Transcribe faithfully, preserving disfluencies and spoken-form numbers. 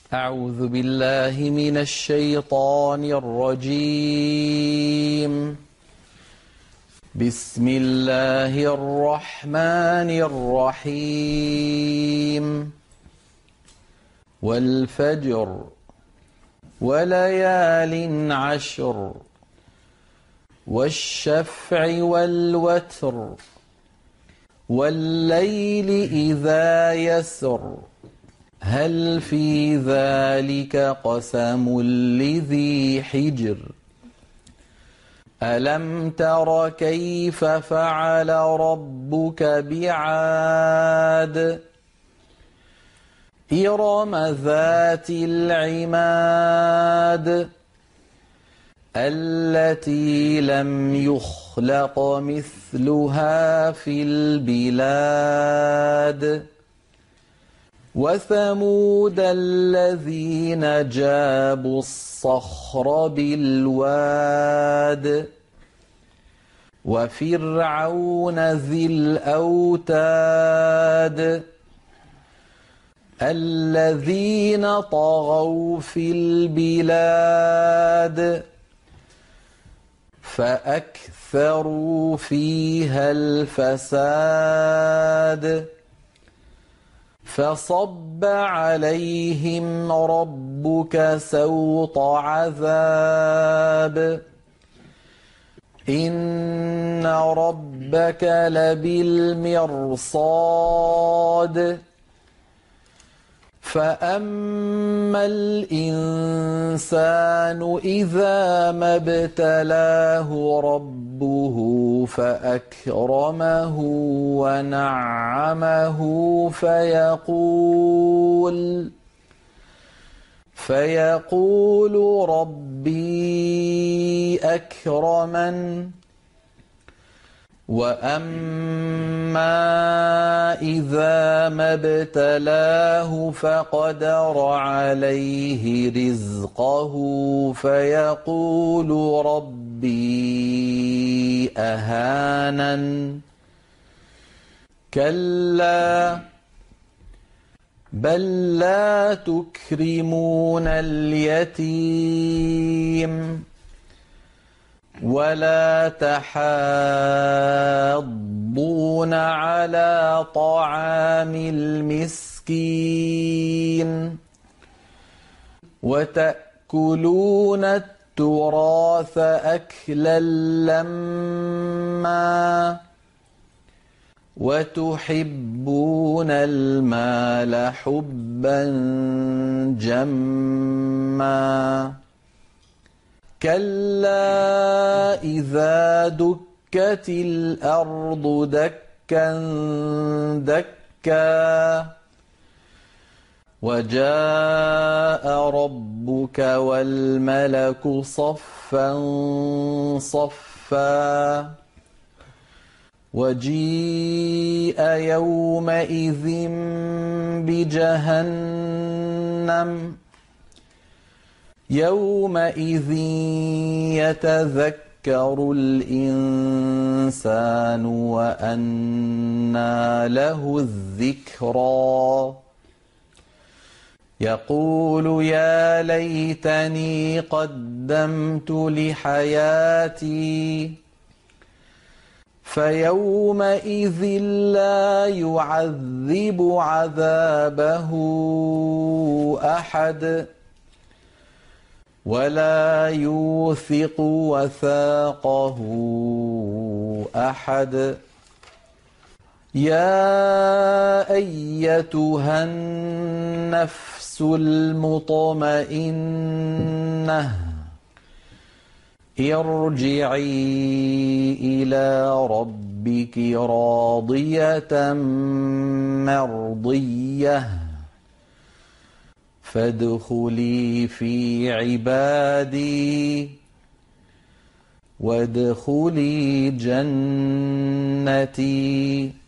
أعوذ بالله من الشيطان الرجيم. بسم الله الرحمن الرحيم. والفجر وليال عشر والشفع والوتر والليل إذا يسر هل في ذلك قسم لذي حجر ألم تر كيف فعل ربك بعاد إرم ذات العماد التي لم يخلق مثلها في البلاد وثمود الذين جابوا الصخر بالواد وفرعون ذي الأوتاد الذين طغوا في البلاد فأكثروا فيها الفساد فصب عليهم ربك سوط عذاب إن ربك لبالمرصاد فأما الإنسان إذا ما ابتلاه ربه فأكرمه ونعمه فيقول فيقول ربي أكرمن وأما إذا ما ابتلاه فقدر عليه رزقه فيقول ربي أهانن كلا بل لا تكرمون اليتيم ولا تحاضون على طعام المسكين وتأكلون التراث أكلا لما وتحبون المال حبا جما كلا إذا دكت الأرض دكا دكا وجاء ربك والملك صفا صفا وجيء يومئذ بجهنم يومئذ يتذكر الإنسان وأنى له الذكرى يقول يا ليتني قدمت لحياتي فيومئذ لا يعذب عذابه أحد ولا يوثق وثاقه أحد يا أيتها النفس المطمئنة ارجعي إلى ربك راضية مرضية فادخلي في عبادي وادخلي جنتي